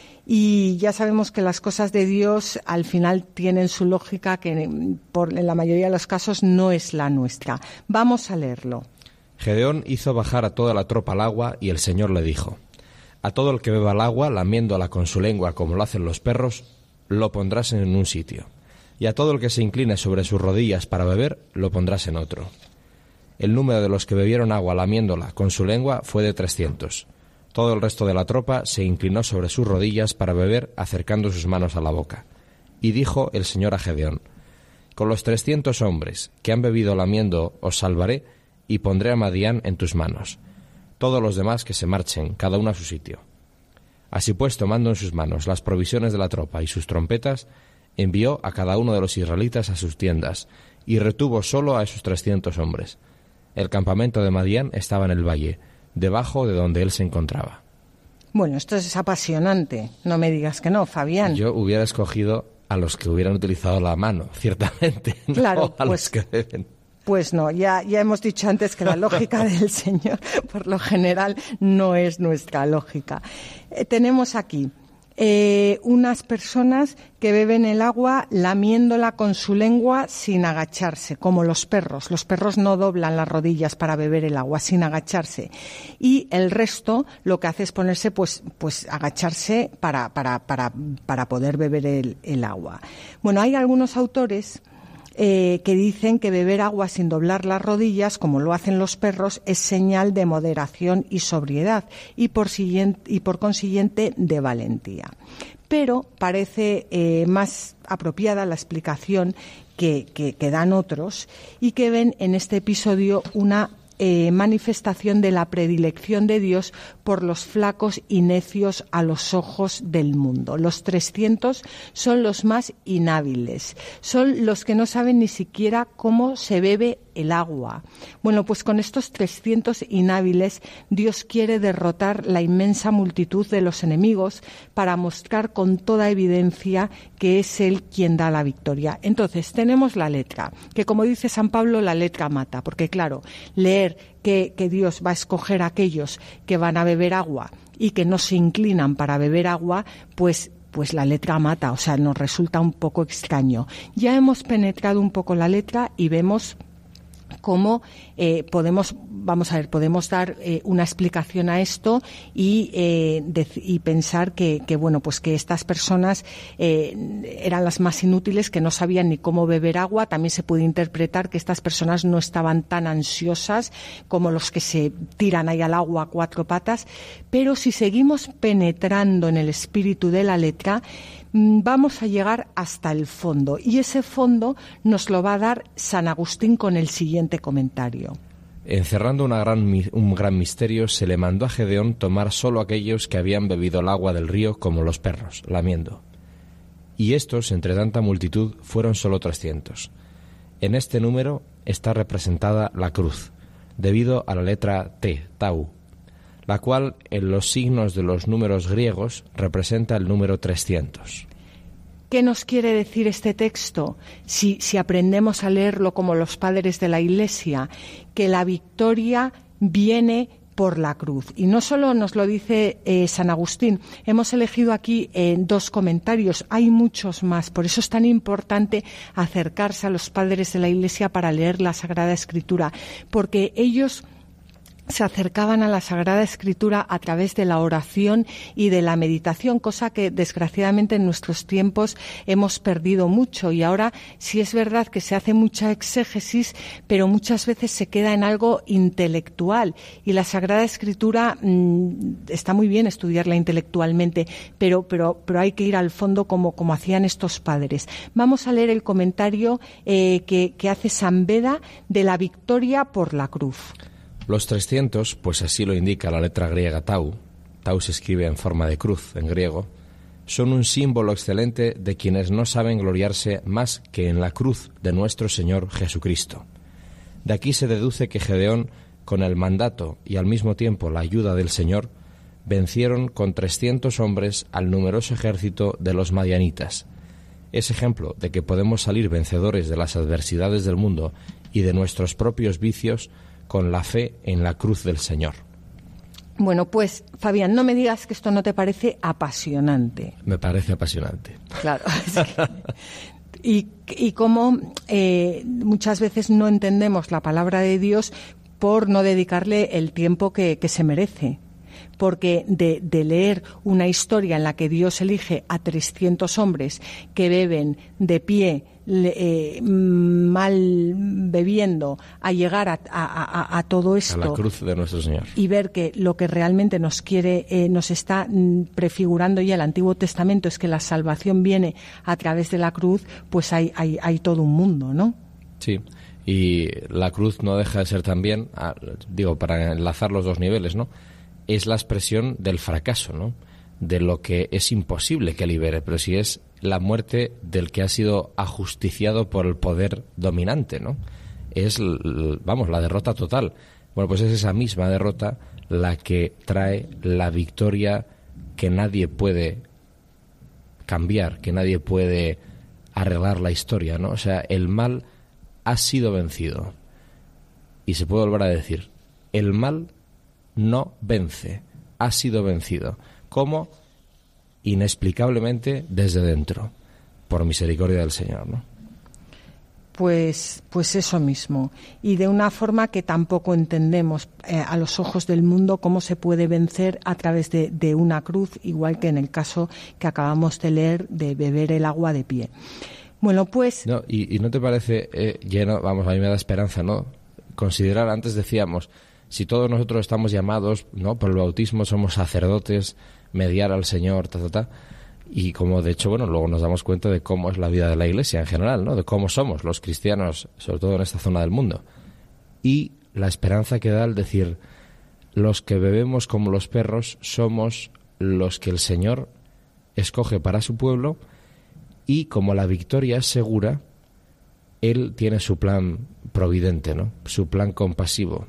Y ya sabemos que las cosas de Dios al final tienen su lógica, que en la mayoría de los casos no es la nuestra. Vamos a leerlo. Gedeón hizo bajar a toda la tropa al agua y el Señor le dijo: a todo el que beba el agua, lamiéndola con su lengua como lo hacen los perros, lo pondrás en un sitio, y a todo el que se incline sobre sus rodillas para beber, lo pondrás en otro. El número de los que bebieron agua lamiéndola con su lengua fue de 300. Todo el resto de la tropa se inclinó sobre sus rodillas para beber, acercando sus manos a la boca. Y dijo el Señor a Gedeón: con los 300 hombres que han bebido lamiendo os salvaré, y pondré a Madián en tus manos. Todos los demás que se marchen, cada uno a su sitio. Así pues, tomando en sus manos las provisiones de la tropa y sus trompetas, envió a cada uno de los israelitas a sus tiendas, y retuvo solo a esos 300 hombres. El campamento de Madián estaba en el valle, debajo de donde él se encontraba. Bueno, esto es apasionante. No me digas que no, Fabián. Yo hubiera escogido a los que hubieran utilizado la mano, ciertamente. Claro, no a pues, los que beben. Pues no, ya hemos dicho antes que la lógica del Señor, por lo general, no es nuestra lógica. Tenemos aquí unas personas que beben el agua lamiéndola con su lengua sin agacharse, como los perros. Los perros no doblan las rodillas para beber el agua sin agacharse. Y el resto lo que hace es ponerse, pues agacharse para poder beber el agua. Bueno, hay algunos autores que dicen que beber agua sin doblar las rodillas, como lo hacen los perros, es señal de moderación y sobriedad y por consiguiente de valentía. Pero parece más apropiada la explicación que dan otros y que ven en este episodio una manifestación de la predilección de Dios por los flacos y necios a los ojos del mundo. Los 300 son los más inhábiles, son los que no saben ni siquiera cómo se bebe el agua. Bueno, pues con estos 300 inhábiles Dios quiere derrotar la inmensa multitud de los enemigos para mostrar con toda evidencia que es Él quien da la victoria. Entonces tenemos la letra, que como dice San Pablo, la letra mata, porque claro, leer que Dios va a escoger a aquellos que van a beber agua y que no se inclinan para beber agua, pues la letra mata, o sea, nos resulta un poco extraño. Ya hemos penetrado un poco la letra y vemos cómo podemos dar una explicación a esto y pensar que bueno, pues que estas personas eran las más inútiles, que no sabían ni cómo beber agua. También se puede interpretar que estas personas no estaban tan ansiosas como los que se tiran ahí al agua a cuatro patas. Pero si seguimos penetrando en el espíritu de la letra, vamos a llegar hasta el fondo, y ese fondo nos lo va a dar San Agustín con el siguiente comentario. Encerrando un gran misterio, se le mandó a Gedeón tomar solo aquellos que habían bebido el agua del río como los perros, lamiendo. Y estos, entre tanta multitud, fueron solo 300. En este número está representada la cruz, debido a la letra T, tau, la cual en los signos de los números griegos representa el número 300. ¿Qué nos quiere decir este texto? Si aprendemos a leerlo como los padres de la Iglesia, que la victoria viene por la cruz. Y no solo nos lo dice San Agustín, hemos elegido aquí dos comentarios, hay muchos más, por eso es tan importante acercarse a los padres de la Iglesia para leer la Sagrada Escritura, porque ellos se acercaban a la Sagrada Escritura a través de la oración y de la meditación, cosa que desgraciadamente en nuestros tiempos hemos perdido mucho. Y ahora sí es verdad que se hace mucha exégesis, pero muchas veces se queda en algo intelectual. Y la Sagrada Escritura está muy bien estudiarla intelectualmente, pero hay que ir al fondo como hacían estos padres. Vamos a leer el comentario que hace San Beda de la victoria por la cruz. Los 300, pues así lo indica la letra griega tau se escribe en forma de cruz en griego, son un símbolo excelente de quienes no saben gloriarse más que en la cruz de nuestro Señor Jesucristo. De aquí se deduce que Gedeón, con el mandato y al mismo tiempo la ayuda del Señor, vencieron con 300 hombres al numeroso ejército de los madianitas. Es ejemplo de que podemos salir vencedores de las adversidades del mundo y de nuestros propios vicios con la fe en la cruz del Señor. Bueno, pues, Fabián, no me digas que esto no te parece apasionante. Me parece apasionante. Claro. Y cómo muchas veces no entendemos la palabra de Dios por no dedicarle el tiempo que se merece. Porque de leer una historia en la que Dios elige a 300 hombres que beben de pie, mal bebiendo, a llegar a todo esto, a la cruz de nuestro Señor, y ver que lo que realmente nos quiere, nos está prefigurando ya el Antiguo Testamento, es que la salvación viene a través de la cruz, pues hay todo un mundo, ¿no? Sí, y la cruz no deja de ser también, para enlazar los dos niveles, ¿no?, es la expresión del fracaso, ¿no?, de lo que es imposible que libere, pero si es la muerte del que ha sido ajusticiado por el poder dominante, ¿no? Es, la derrota total. Bueno, pues es esa misma derrota la que trae la victoria que nadie puede cambiar, que nadie puede arreglar la historia, ¿no? O sea, el mal ha sido vencido. Y se puede volver a decir, el mal no vence, ha sido vencido. ¿Cómo? Inexplicablemente desde dentro, por misericordia del Señor, ¿no? Pues eso mismo. Y de una forma que tampoco entendemos a los ojos del mundo cómo se puede vencer a través de una cruz, igual que en el caso que acabamos de leer de beber el agua de pie. Bueno, pues... No, y ¿no te parece lleno? A mí me da esperanza, ¿no? Considerar, antes decíamos, si todos nosotros estamos llamados, ¿no?, por el bautismo, somos sacerdotes, mediar al Señor, y como de hecho, luego nos damos cuenta de cómo es la vida de la Iglesia en general, ¿no?, de cómo somos los cristianos, sobre todo en esta zona del mundo. Y la esperanza que da al decir, los que bebemos como los perros somos los que el Señor escoge para su pueblo, y como la victoria es segura, Él tiene su plan providente, ¿no?, su plan compasivo.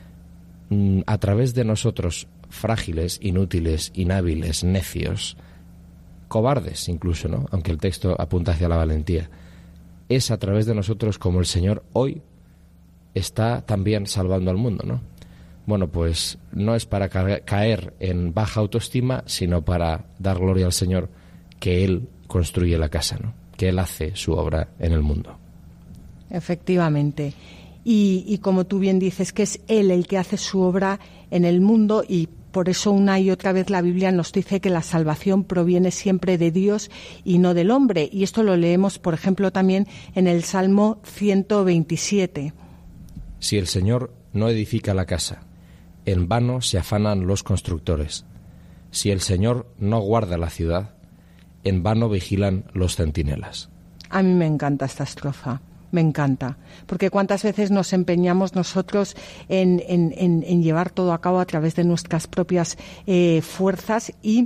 A través de nosotros, frágiles, inútiles, inhábiles, necios, cobardes incluso, ¿no?, aunque el texto apunta hacia la valentía, es a través de nosotros como el Señor hoy está también salvando al mundo, ¿no? Bueno, pues no es para caer en baja autoestima, sino para dar gloria al Señor, que Él construye la casa, ¿no?, que Él hace su obra en el mundo. Efectivamente. Y como tú bien dices, que es Él el que hace su obra en el mundo, y por eso una y otra vez la Biblia nos dice que la salvación proviene siempre de Dios y no del hombre. Y esto lo leemos, por ejemplo, también en el Salmo 127. Si el Señor no edifica la casa, en vano se afanan los constructores. Si el Señor no guarda la ciudad, en vano vigilan los centinelas. A mí me encanta esta estrofa. Me encanta, porque cuántas veces nos empeñamos nosotros en llevar todo a cabo a través de nuestras propias fuerzas y,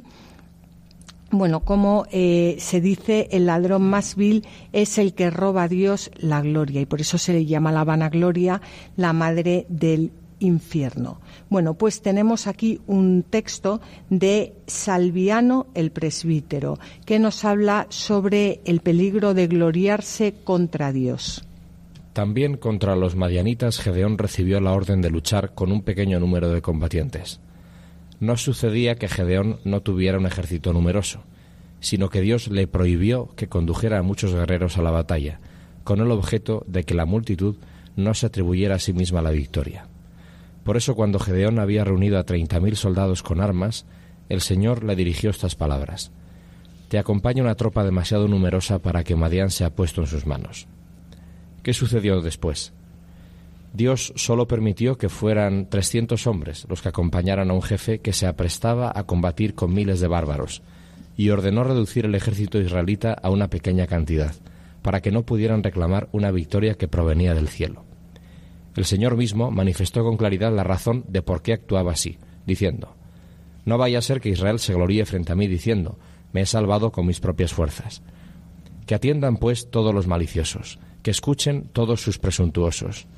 como se dice, el ladrón más vil es el que roba a Dios la gloria, y por eso se le llama la vanagloria la madre del infierno. Bueno, pues tenemos aquí un texto de Salviano el presbítero que nos habla sobre el peligro de gloriarse contra Dios. También contra los madianitas Gedeón recibió la orden de luchar con un pequeño número de combatientes. No sucedía que Gedeón no tuviera un ejército numeroso, sino que Dios le prohibió que condujera a muchos guerreros a la batalla, con el objeto de que la multitud no se atribuyera a sí misma la victoria. Por eso, cuando Gedeón había reunido a 30.000 soldados con armas, el Señor le dirigió estas palabras: «Te acompaña una tropa demasiado numerosa para que Madián sea puesto en sus manos». ¿Qué sucedió después? Dios solo permitió que fueran 300 hombres los que acompañaran a un jefe que se aprestaba a combatir con miles de bárbaros, y ordenó reducir el ejército israelita a una pequeña cantidad, para que no pudieran reclamar una victoria que provenía del cielo. El Señor mismo manifestó con claridad la razón de por qué actuaba así, diciendo: «No vaya a ser que Israel se gloríe frente a mí diciendo: me he salvado con mis propias fuerzas. Que atiendan, pues, todos los maliciosos, que escuchen todos sus presuntuosos,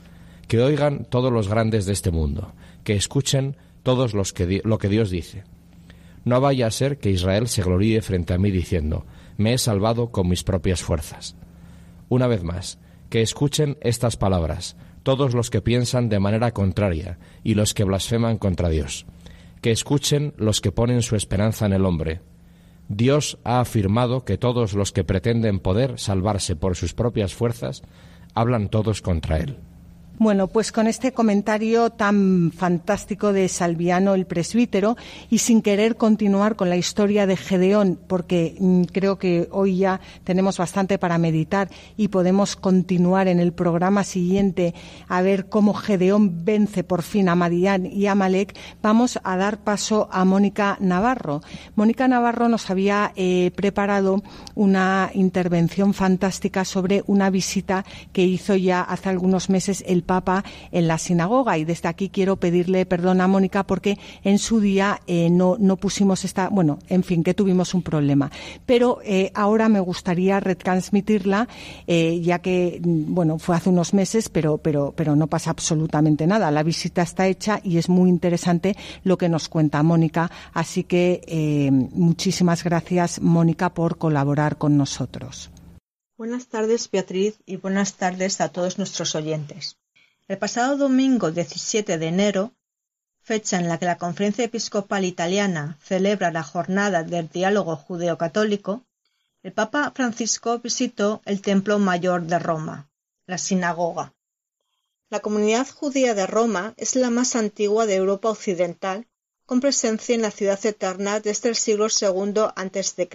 que oigan todos los grandes de este mundo, que escuchen todos lo que Dios dice. No vaya a ser que Israel se gloríe frente a mí diciendo, me he salvado con mis propias fuerzas. Una vez más, que escuchen estas palabras, todos los que piensan de manera contraria y los que blasfeman contra Dios. Que escuchen los que ponen su esperanza en el hombre. Dios ha afirmado que todos los que pretenden poder salvarse por sus propias fuerzas, hablan todos contra él. Bueno, pues con este comentario tan fantástico de Salviano el presbítero, y sin querer continuar con la historia de Gedeón, porque creo que hoy ya tenemos bastante para meditar y podemos continuar en el programa siguiente a ver cómo Gedeón vence por fin a Madián y a Amalek, vamos a dar paso a Mónica Navarro. Mónica Navarro nos había preparado una intervención fantástica sobre una visita que hizo ya hace algunos meses el Papa en la sinagoga, y desde aquí quiero pedirle perdón a Mónica porque en su día no pusimos que tuvimos un problema, pero ahora me gustaría retransmitirla, ya que fue hace unos meses, pero no pasa absolutamente nada. La visita está hecha y es muy interesante lo que nos cuenta Mónica, así que muchísimas gracias, Mónica, por colaborar con nosotros. Buenas tardes, Beatriz, y buenas tardes a todos nuestros oyentes. El pasado domingo 17 de enero, fecha en la que la Conferencia Episcopal Italiana celebra la Jornada del Diálogo Judeo-Católico, el Papa Francisco visitó el Templo Mayor de Roma, la sinagoga. La comunidad judía de Roma es la más antigua de Europa Occidental, con presencia en la ciudad eterna desde el siglo II a.C.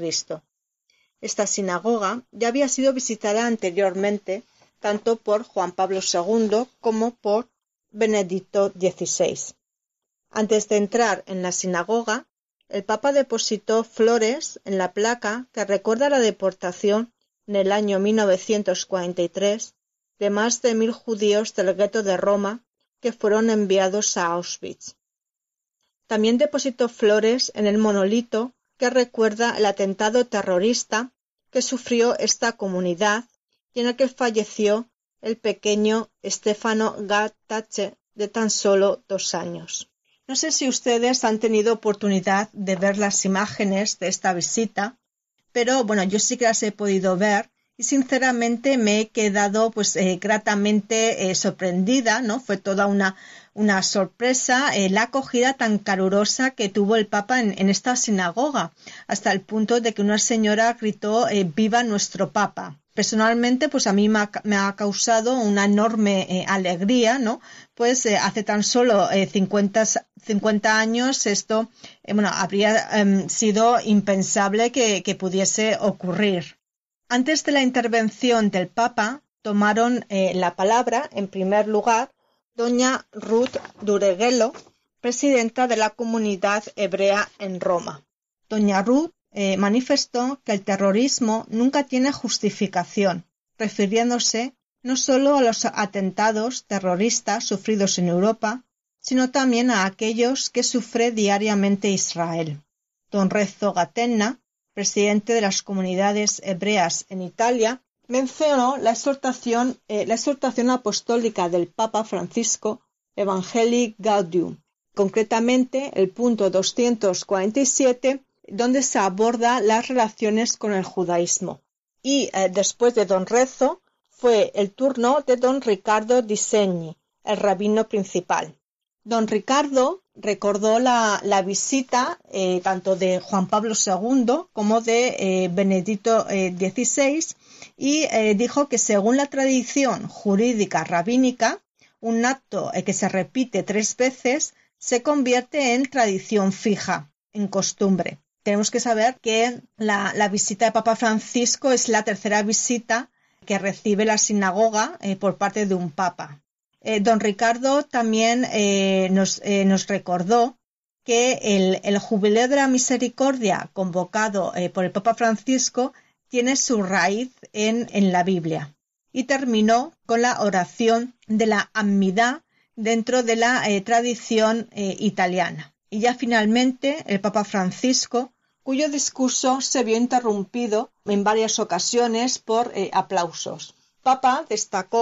Esta sinagoga ya había sido visitada anteriormente tanto por Juan Pablo II como por Benedicto XVI. Antes de entrar en la sinagoga, el Papa depositó flores en la placa que recuerda la deportación en el año 1943 de más de 1.000 judíos del gueto de Roma que fueron enviados a Auschwitz. También depositó flores en el monolito que recuerda el atentado terrorista que sufrió esta comunidad y en el que falleció el pequeño Stefano Gattace, de tan solo 2 años. No sé si ustedes han tenido oportunidad de ver las imágenes de esta visita, pero yo sí que las he podido ver y sinceramente me he quedado gratamente sorprendida, ¿no? Fue toda una sorpresa la acogida tan calurosa que tuvo el Papa en esta sinagoga, hasta el punto de que una señora gritó «¡Viva nuestro Papa!». Personalmente, a mí me ha causado una enorme alegría, ¿no? Hace tan solo 50 años esto, habría sido impensable que pudiese ocurrir. Antes de la intervención del Papa, tomaron la palabra, en primer lugar, doña Ruth Dureghello, presidenta de la comunidad hebrea en Roma. Doña Ruth manifestó que el terrorismo nunca tiene justificación, refiriéndose no solo a los atentados terroristas sufridos en Europa, sino también a aquellos que sufre diariamente Israel. Don Rezzo Gattegna, presidente de las comunidades hebreas en Italia, mencionó la exhortación apostólica del Papa Francisco, Evangelii Gaudium, concretamente el punto 247, donde se aborda las relaciones con el judaísmo. Y después de don Rezzo fue el turno de don Riccardo Di Segni, el rabino principal. Don Ricardo recordó la visita tanto de Juan Pablo II como de Benedicto XVI y dijo que según la tradición jurídica rabínica, un acto que se repite 3 veces se convierte en tradición fija, en costumbre. Tenemos que saber que la visita de Papa Francisco es la 3ª visita que recibe la sinagoga por parte de un papa. Don Ricardo también nos recordó que el Jubileo de la Misericordia convocado por el Papa Francisco tiene su raíz en la Biblia. Y terminó con la oración de la Amidá dentro de la tradición italiana. Y ya finalmente el Papa Francisco, cuyo discurso se vio interrumpido en varias ocasiones por aplausos. Papa destacó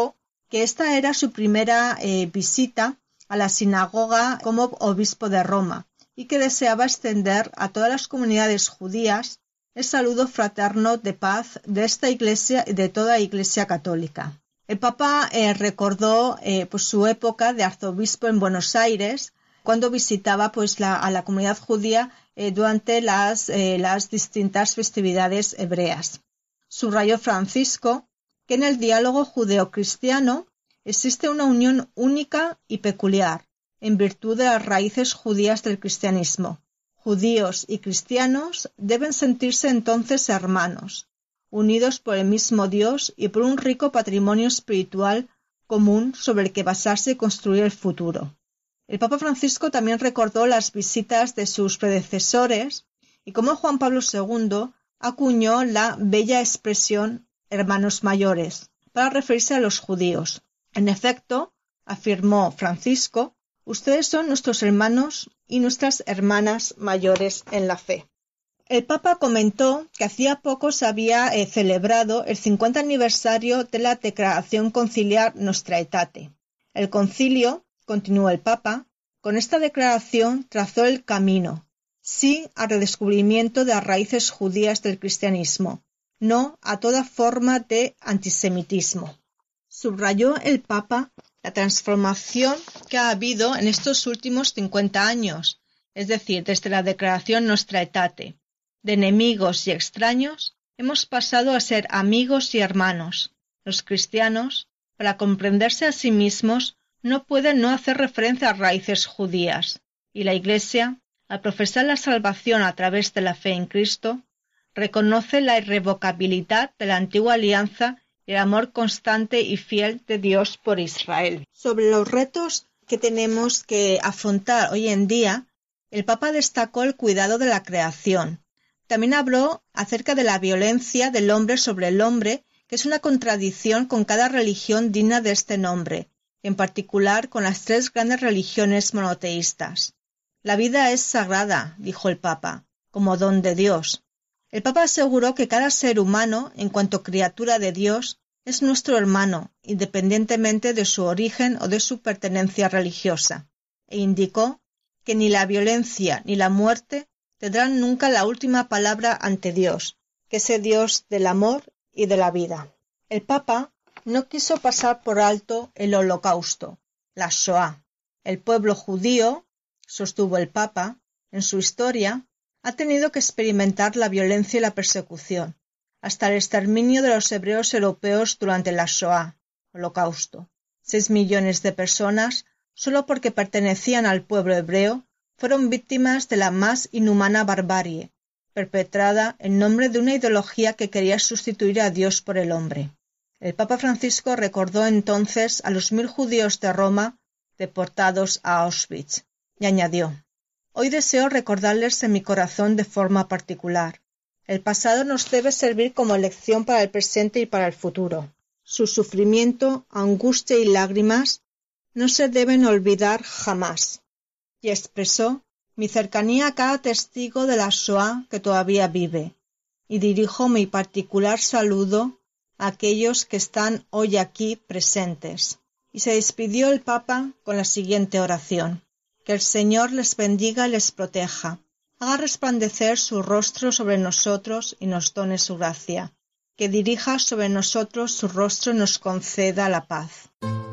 que esta era su primera visita a la sinagoga como obispo de Roma y que deseaba extender a todas las comunidades judías el saludo fraterno de paz de esta iglesia y de toda iglesia católica. El Papa recordó su época de arzobispo en Buenos Aires, cuando visitaba a la comunidad judía durante las distintas festividades hebreas. Subrayó Francisco que en el diálogo judeo-cristiano existe una unión única y peculiar, en virtud de las raíces judías del cristianismo. Judíos y cristianos deben sentirse entonces hermanos, unidos por el mismo Dios y por un rico patrimonio espiritual común sobre el que basarse y construir el futuro. El Papa Francisco también recordó las visitas de sus predecesores y cómo Juan Pablo II acuñó la bella expresión hermanos mayores para referirse a los judíos. En efecto, afirmó Francisco, ustedes son nuestros hermanos y nuestras hermanas mayores en la fe. El Papa comentó que hacía poco se había celebrado el 50 aniversario de la Declaración Conciliar Nostra Aetate. El concilio, continuó el Papa, con esta declaración trazó el camino, sí al redescubrimiento de las raíces judías del cristianismo, no a toda forma de antisemitismo. Subrayó el Papa la transformación que ha habido en estos últimos 50 años, es decir, desde la Declaración Nostra Aetate. De enemigos y extraños hemos pasado a ser amigos y hermanos. Los cristianos, para comprenderse a sí mismos, no pueden no hacer referencia a raíces judías, y la Iglesia, al profesar la salvación a través de la fe en Cristo, reconoce la irrevocabilidad de la antigua alianza y el amor constante y fiel de Dios por Israel. Sobre los retos que tenemos que afrontar hoy en día, el Papa destacó el cuidado de la creación. También habló acerca de la violencia del hombre sobre el hombre, que es una contradicción con cada religión digna de este nombre, en particular con las tres grandes religiones monoteístas. La vida es sagrada, dijo el Papa, como don de Dios. El Papa aseguró que cada ser humano, en cuanto criatura de Dios, es nuestro hermano, independientemente de su origen o de su pertenencia religiosa, e indicó que ni la violencia ni la muerte tendrán nunca la última palabra ante Dios, que es el Dios del amor y de la vida. El Papa no quiso pasar por alto el Holocausto, la Shoah. El pueblo judío, sostuvo el Papa, en su historia, ha tenido que experimentar la violencia y la persecución, hasta el exterminio de los hebreos europeos durante la Shoah, Holocausto. 6 millones de personas, solo porque pertenecían al pueblo hebreo, fueron víctimas de la más inhumana barbarie, perpetrada en nombre de una ideología que quería sustituir a Dios por el hombre. El Papa Francisco recordó entonces a los 1000 judíos de Roma deportados a Auschwitz, y añadió: «Hoy deseo recordarles en mi corazón de forma particular. El pasado nos debe servir como lección para el presente y para el futuro. Su sufrimiento, angustia y lágrimas no se deben olvidar jamás». Y expresó: «Mi cercanía a cada testigo de la Shoah que todavía vive, y dirijo mi particular saludo a aquellos que están hoy aquí presentes». Y se despidió el Papa con la siguiente oración: «Que el Señor les bendiga y les proteja, haga resplandecer su rostro sobre nosotros y nos done su gracia, que dirija sobre nosotros su rostro y nos conceda la paz».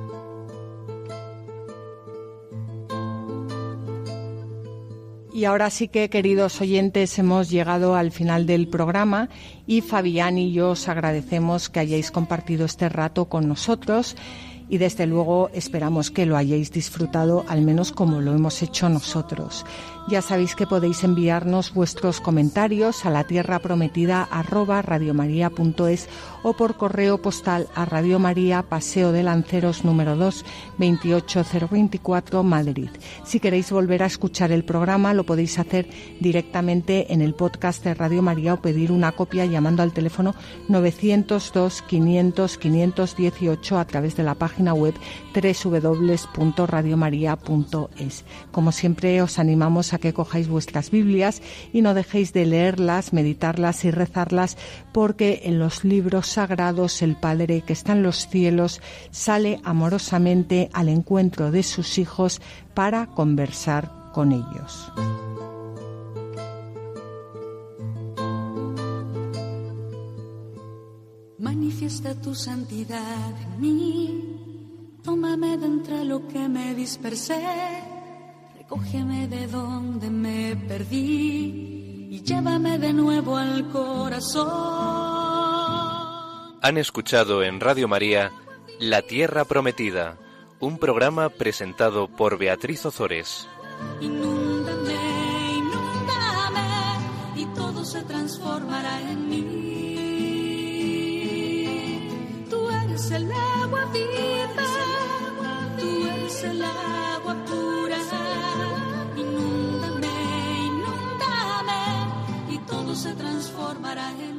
Y ahora sí que, queridos oyentes, hemos llegado al final del programa y Fabián y yo os agradecemos que hayáis compartido este rato con nosotros y desde luego esperamos que lo hayáis disfrutado al menos como lo hemos hecho nosotros. Ya sabéis que podéis enviarnos vuestros comentarios a latierraprometida@radiomaria.es o por correo postal a Radio María, Paseo de Lanceros número 2, 28024, Madrid. Si queréis volver a escuchar el programa, lo podéis hacer directamente en el podcast de Radio María o pedir una copia llamando al teléfono 902 500 518 a través de la página página web www.radiomaria.es. Como siempre, os animamos a que cojáis vuestras Biblias y no dejéis de leerlas, meditarlas y rezarlas, porque en los libros sagrados el Padre que está en los cielos sale amorosamente al encuentro de sus hijos para conversar con ellos. Manifiesta tu santidad en mí, tómame de entre lo que me dispersé, recógeme de donde me perdí y llévame de nuevo al corazón. Han escuchado en Radio María La Tierra Prometida, un programa presentado por Beatriz Ozores. Inúndame, inúndame, y todo se transformará en mí. Tú eres el agua viva, tú eres el agua pura. Inúndame, inúndame, y todo se transformará en mí.